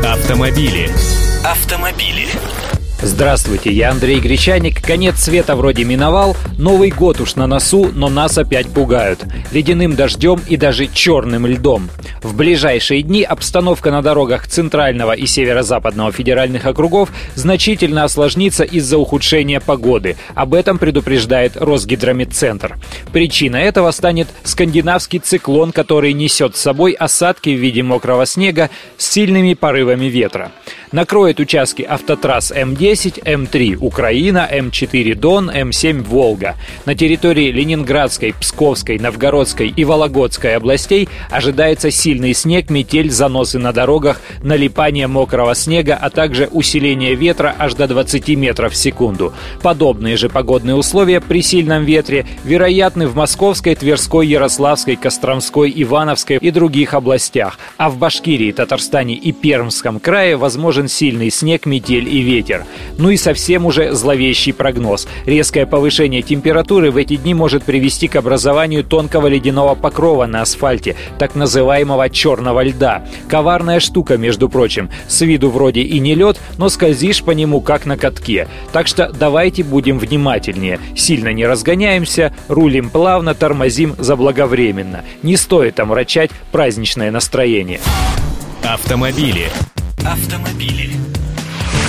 Автомобили. Здравствуйте, я Андрей Гречаник. Конец света вроде миновал, Новый год уж на носу, но нас опять пугают ледяным дождем и даже черным льдом. В ближайшие дни обстановка на дорогах Центрального и Северо-Западного федеральных округов значительно осложнится из-за ухудшения погоды. Об этом предупреждает Росгидрометцентр. Причиной этого станет скандинавский циклон, который несет с собой осадки в виде мокрого снега с сильными порывами ветра. Накроет участки автотрасс М10, М3 Украина, М4 Дон, М7 Волга. На территории Ленинградской, Псковской, Новгородской и Вологодской областей ожидается сильный снег, метель, заносы на дорогах, налипание мокрого снега, а также усиление ветра аж до 20 метров в секунду. Подобные же погодные условия при сильном ветре вероятны в Московской, Тверской, Ярославской, Костромской, Ивановской и других областях. А в Башкирии, Татарстане и Пермском крае возможен сильный снег, метель и ветер. Ну и совсем уже зловещий прогноз. Резкое повышение температуры в эти дни может привести к образованию тонкого ледяного покрова на асфальте, так называемого черного льда. Коварная штука, между прочим. С виду вроде и не лед, но скользишь по нему как на катке. Так что давайте будем внимательнее. Сильно не разгоняемся, рулим плавно, тормозим заблаговременно. Не стоит омрачать праздничное настроение. Автомобили.